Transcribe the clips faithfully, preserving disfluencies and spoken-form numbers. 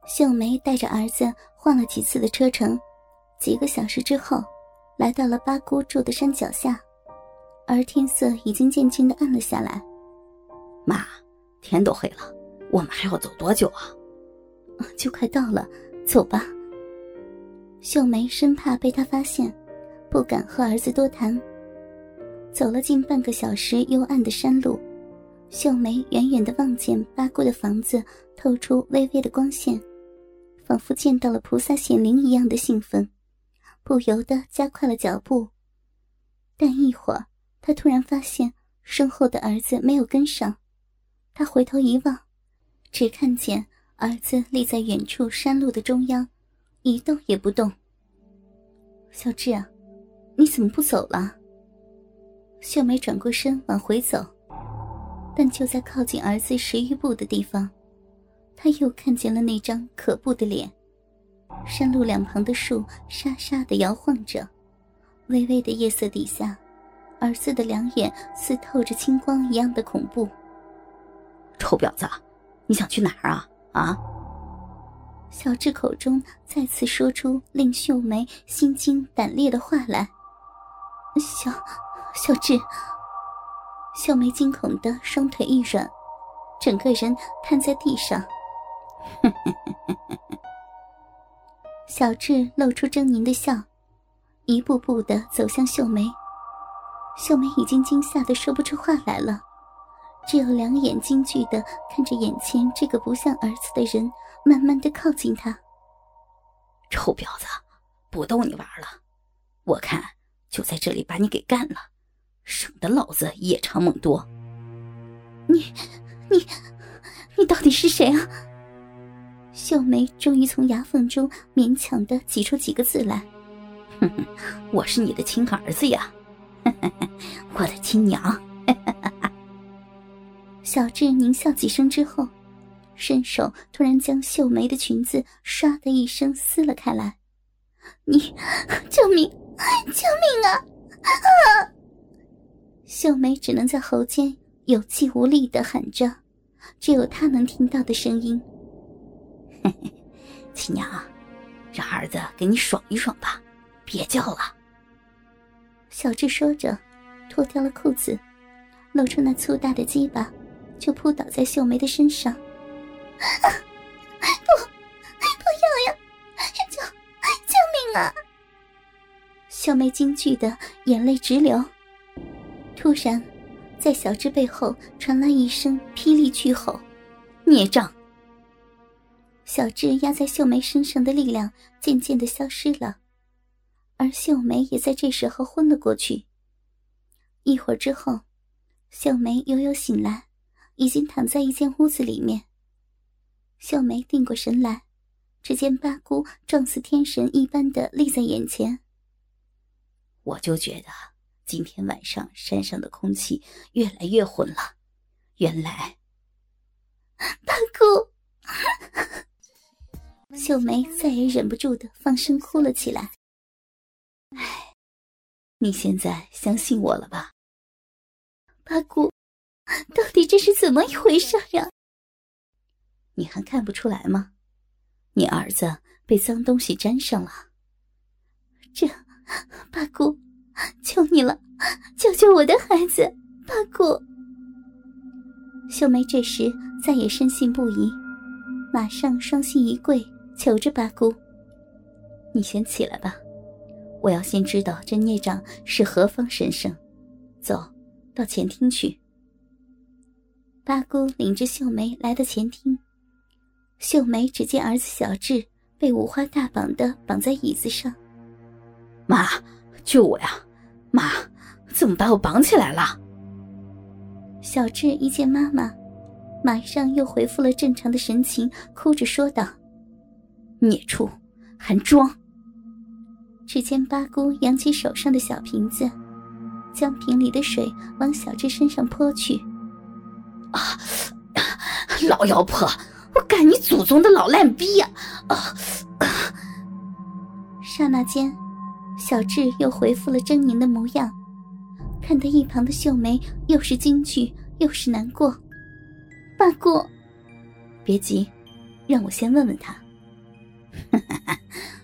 秀梅带着儿子换了几次的车程，几个小时之后来到了八姑住的山脚下，而天色已经渐渐地暗了下来。 妈，天都黑了，我们还要走多久啊？ 就快到了，走吧。秀梅生怕被他发现，不敢和儿子多谈。走了近半个小时幽暗的山路，秀梅远远地望见八姑的房子透出微微的光线，仿佛见到了菩萨显灵一样的兴奋，不由得加快了脚步。但一会儿她突然发现身后的儿子没有跟上，她回头一望，只看见儿子立在远处山路的中央，一动也不动。小智啊，你怎么不走了？秀梅转过身往回走，但就在靠近儿子十余步的地方，她又看见了那张可怖的脸。山路两旁的树沙沙地摇晃着，微微的夜色底下，儿子的两眼似透着青光一样的恐怖。 臭婊子，你想去哪儿啊？啊！ 小智口中再次说出令秀梅心惊胆裂的话来。小小智。秀梅惊恐的双腿一软，整个人瘫在地上。小智露出狰狞的笑，一步步地走向秀梅。秀梅已经惊吓得说不出话来了，只有两眼惊惧地看着眼前这个不像儿子的人慢慢地靠近她。 臭婊子，不逗你玩了，我看就在这里把你给干了，省得老子夜长梦多。 你你你到底是谁啊？秀梅终于从牙缝中勉强地挤出几个字来。 哼哼，我是你的亲儿子呀，我的亲娘。 小智狞笑几声之后，伸手突然将秀梅的裙子唰的一声撕了开来。你，救命！救命啊！啊！秀梅只能在喉间有气无力地喊着，只有她能听到的声音。 嘿嘿，亲娘，让儿子给你爽一爽吧，别叫了。 小智说着，脱掉了裤子，露出那粗大的鸡巴，就扑倒在秀梅的身上。啊、不，不要呀！救，救命啊！秀梅惊惧的眼泪直流。突然，在小智背后传来一声霹雳巨吼：“ 孽障！” 小智压在秀梅身上的力量渐渐地消失了，而秀梅也在这时候昏了过去。一会儿之后，秀梅悠悠醒来，已经躺在一间屋子里面。秀梅定过神来，只见八姑状似天神一般的立在眼前。 我就觉得今天晚上山上的空气越来越混了，原来…… 八姑！秀梅再也忍不住的放声哭了起来。 唉，你现在相信我了吧？ 八姑，到底这是怎么一回事呀？ 你还看不出来吗？你儿子被脏东西沾上了。 这，八姑，求你了，救救我的孩子，八姑。秀梅这时再也深信不疑，马上双膝一跪，求着八姑：“ 你先起来吧，我要先知道这孽障是何方神圣。走，到前厅去。” 八姑领着秀梅来到前厅。秀梅只见儿子小智被五花大绑地绑在椅子上。 妈，救我呀！妈，怎么把我绑起来了？ 小智一见妈妈，马上又恢复了正常的神情，哭着说道：“ 孽畜，还装！” 只见八姑扬起手上的小瓶子，将瓶里的水往小智身上泼去。 啊！老妖婆，我干你祖宗的老烂逼呀！啊！啊！ 刹那间，小智又恢复了狰狞的模样，看得一旁的秀梅又是惊惧又是难过。八姑， 别急，让我先问问他，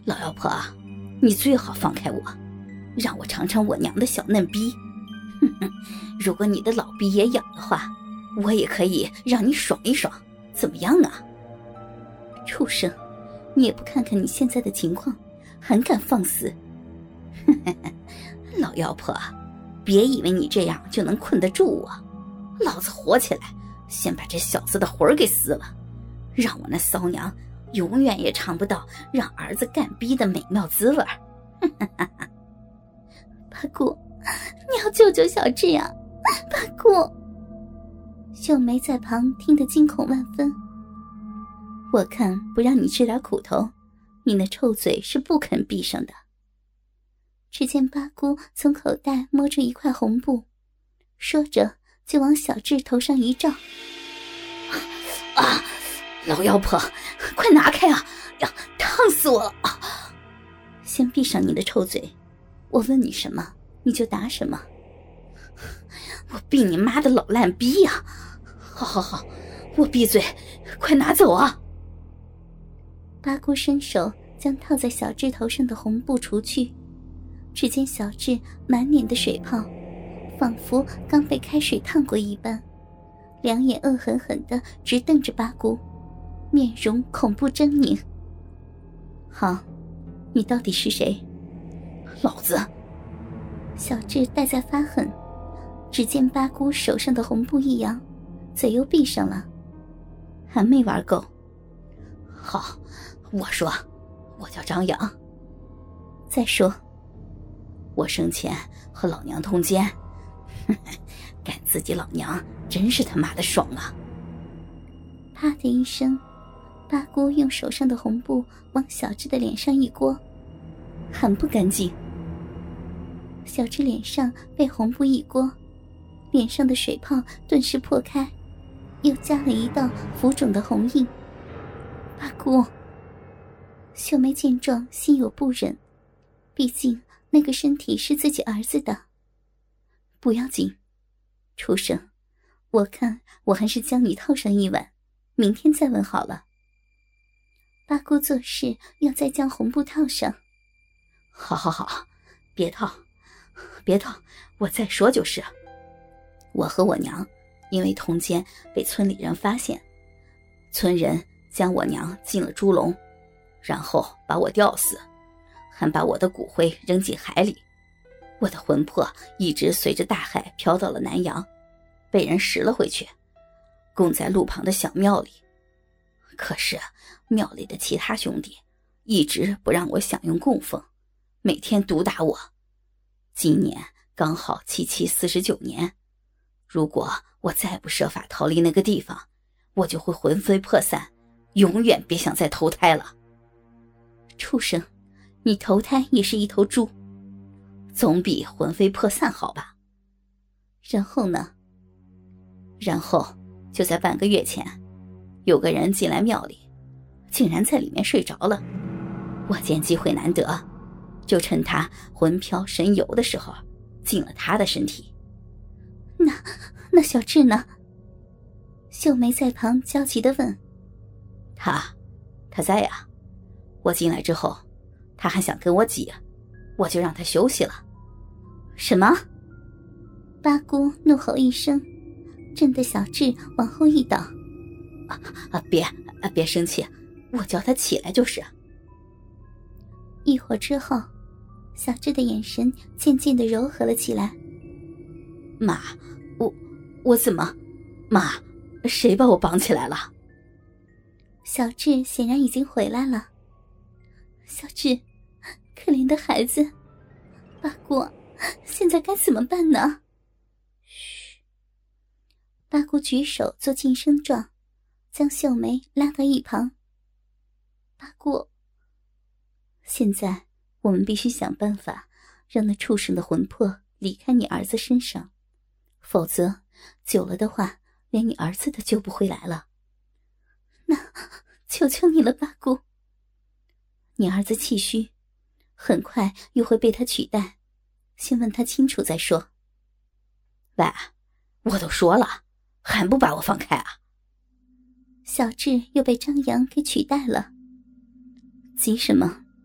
老妖婆，你最好放开我，让我尝尝我娘的小嫩逼。哼哼，如果你的老逼也痒的话，我也可以让你爽一爽，怎么样啊？ 畜生，你也不看看你现在的情况，还敢放肆？ 老妖婆，别以为你这样就能困得住我，老子活起来，先把这小子的魂儿给撕了，让我那骚娘永远也尝不到让儿子干逼的美妙滋味儿。 八姑，你要救救小智啊！八姑，秀梅在旁听得惊恐万分。我看不让你吃点苦头，你那臭嘴是不肯闭上的。只见八姑从口袋摸出一块红布，说着就往小智头上一照。 啊！老妖婆，快拿开啊！呀，烫死我了！啊！ 先闭上你的臭嘴，我问你什么你就答什么。 我闭你妈的老烂逼呀！好好好，我闭嘴，快拿走啊！ 八姑伸手将套在小智头上的红布除去，只见小智满脸的水泡，仿佛刚被开水烫过一般，两眼恶狠狠地直瞪着八姑，面容恐怖狰狞。好，你到底是谁？ 老子！ 小智待在发狠，只见八姑手上的红布一扬，嘴又闭上了。还没玩够？ 好，我说，我叫张扬。 再说， 我生前和老娘通奸，干自己老娘真是他妈的爽啊！ 啪的一声，八姑用手上的红布往小智的脸上一拨，很不干净。小智脸上被红布一拨，脸上的水泡顿时破开，又加了一道浮肿的红印。八姑，秀梅见状心有不忍，毕竟那个身体是自己儿子的。不要紧，畜生，我看我还是将你套上一晚，明天再问好了。八姑做事要再将红布套上。 好好好，别套别套，我再说就是。我和我娘因为通奸被村里人发现，村人将我娘进了猪笼，然后把我吊死，还把我的骨灰扔进海里。我的魂魄一直随着大海飘到了南洋，被人拾了回去，供在路旁的小庙里。可是庙里的其他兄弟一直不让我享用供奉，每天毒打我。今年刚好七七四十九年，如果我再不设法逃离那个地方，我就会魂飞魄散，永远别想再投胎了。 畜生，你投胎也是一头猪， 总比魂飞魄散好吧？ 然后呢？ 然后就在半个月前，有个人进来庙里，竟然在里面睡着了。我见机会难得，就趁他魂飘神游的时候进了他的身体。 那那小智呢？秀梅在旁焦急地问。 他他在呀，我进来之后他还想跟我挤，我就让他休息了。 什么？八姑怒吼一声，震得小智往后一倒。 啊啊！别啊别生气，我叫他起来就是。 一会儿之后，小智的眼神渐渐地柔和了起来。 妈，我我怎么？妈，谁把我绑起来了？ 小智显然已经回来了。小智，可怜的孩子，八姑，现在该怎么办呢？嘘。八姑举手做噤声状，将秀梅拉到一旁。八姑，现在我们必须想办法让那畜生的魂魄离开你儿子身上，否则久了的话，连你儿子都救不回来了。那求求你了，八姑。你儿子气虚，很快又会被他取代，先问他清楚再说。 喂，我都说了，还不把我放开啊？ 小智又被张扬给取代了。急什么？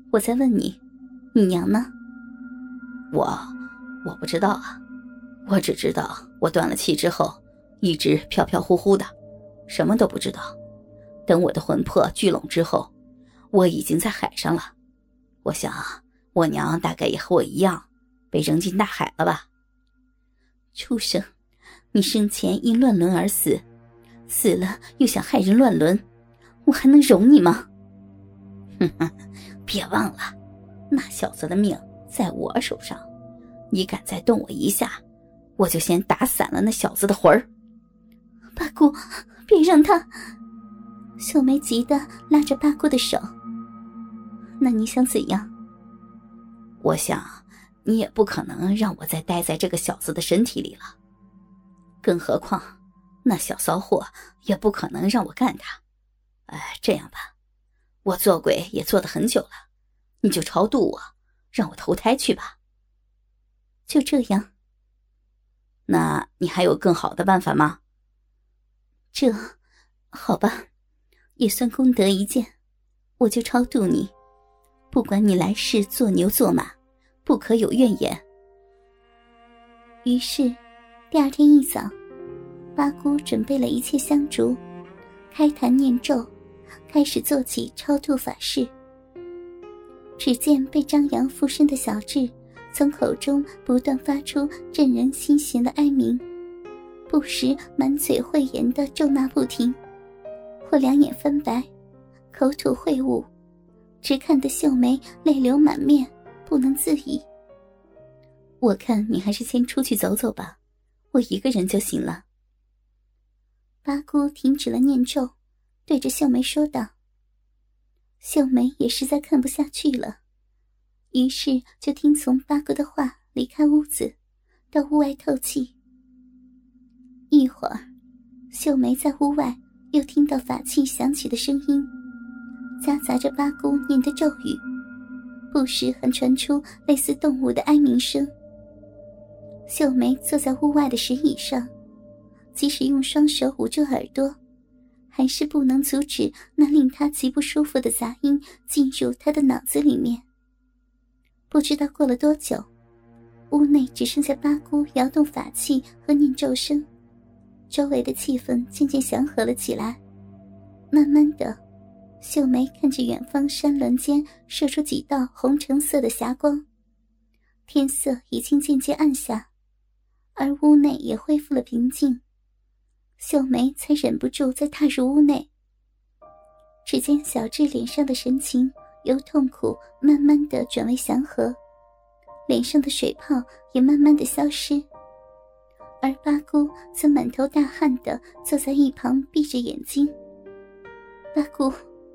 我在问你，你娘呢？ 我我不知道啊，我只知道我断了气之后一直飘飘忽忽的，什么都不知道。等我的魂魄聚拢之后，我已经在海上了。我想我娘大概也和我一样被扔进大海了吧。 畜生，你生前因乱伦而死，死了又想害人乱伦，我还能容你吗？ 哼哼，别忘了，那小子的命在我手上，你敢再动我一下，我就先打散了那小子的魂儿。 八姑，别让他！秀梅急得拉着八姑的手。那你想怎样？ 我想你也不可能让我再待在这个小子的身体里了，更何况那小骚货也不可能让我干他。哎，这样吧，我做鬼也做得很久了，你就超度我，让我投胎去吧。 就这样？ 那你还有更好的办法吗？ 这，好吧，也算功德一件，我就超度你，不管你来世做牛做马，不可有怨言。于是第二天一早，八姑准备了一切香烛，开坛念咒，开始做起超度法事。只见被张扬附身的小智从口中不断发出震人心弦的哀鸣，不时满嘴秽言的咒骂不停，或两眼翻白，口吐秽物，只看得秀梅泪流满面，不能自已。我看你还是先出去走走吧，我一个人就行了。八姑停止了念咒，对着秀梅说道。秀梅也实在看不下去了，于是就听从八姑的话离开屋子，到屋外透气。一会儿，秀梅在屋外又听到法器响起的声音，夹杂着八姑念的咒语，不时还传出类似动物的哀鸣声。秀梅坐在屋外的石椅上，即使用双手捂住耳朵，还是不能阻止那令她极不舒服的杂音进入她的脑子里面。不知道过了多久，屋内只剩下八姑摇动法器和念咒声，周围的气氛渐渐祥和了起来。慢慢的，秀梅看着远方山峦间射出几道红橙色的霞光，天色已经渐渐暗下，而屋内也恢复了平静。秀梅才忍不住再踏入屋内。只见小智脸上的神情由痛苦慢慢的转为祥和，脸上的水泡也慢慢的消失，而八姑则满头大汗的坐在一旁闭着眼睛。八姑，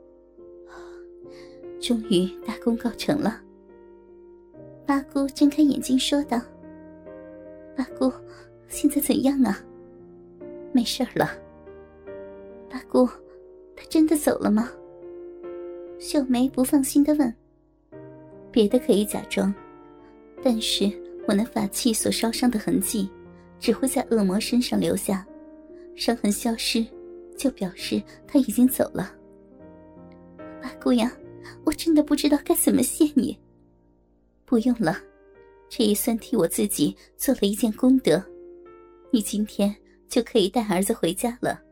终于大功告成了。八姑睁开眼睛说道。八姑，现在怎样啊？没事了。八姑，他真的走了吗？秀梅不放心地问。别的可以假装，但是我那法器所烧伤的痕迹只会在恶魔身上留下，伤痕消失就表示他已经走了。八姑呀，我真的不知道该怎么谢你。不用了，这也算替我自己做了一件功德。你今天就可以带儿子回家了。